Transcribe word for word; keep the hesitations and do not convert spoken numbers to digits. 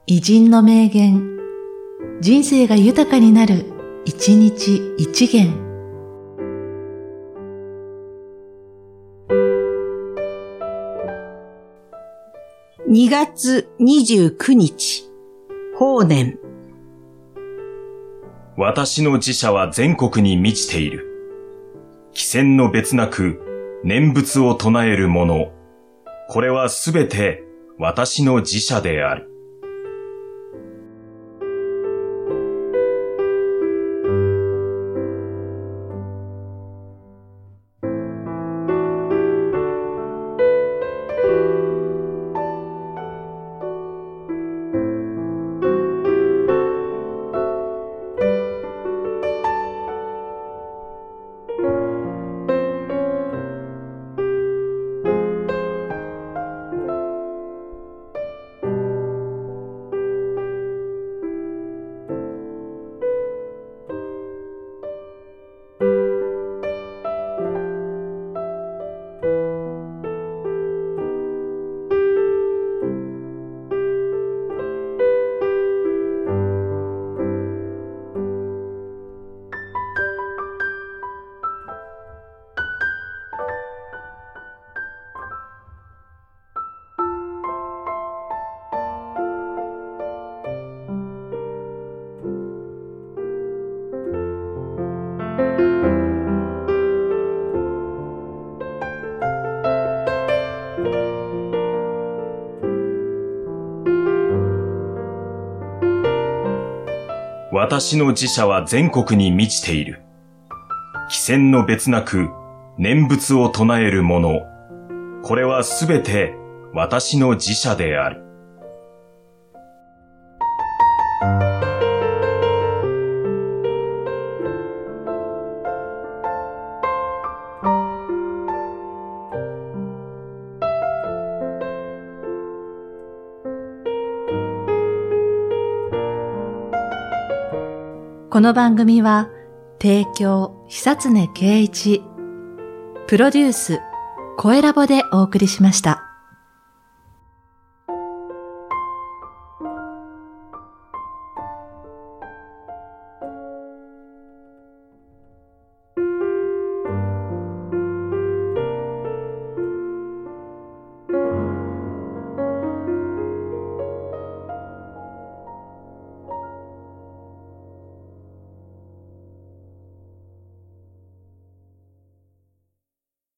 偉人の名言、人生が豊かになる、一日一元。 にがつにじゅうくにち、法然。 私の寺社は全国に満ちている。貴賤の別なく、念仏を唱える者、これはすべて私の寺社である。私の寺社は全国に満ちている。貴賤の別なく、念仏を唱える者、これはすべて私の寺社である。 この番組は、提供、久常圭一、プロデュース、声ラボでお送りしました。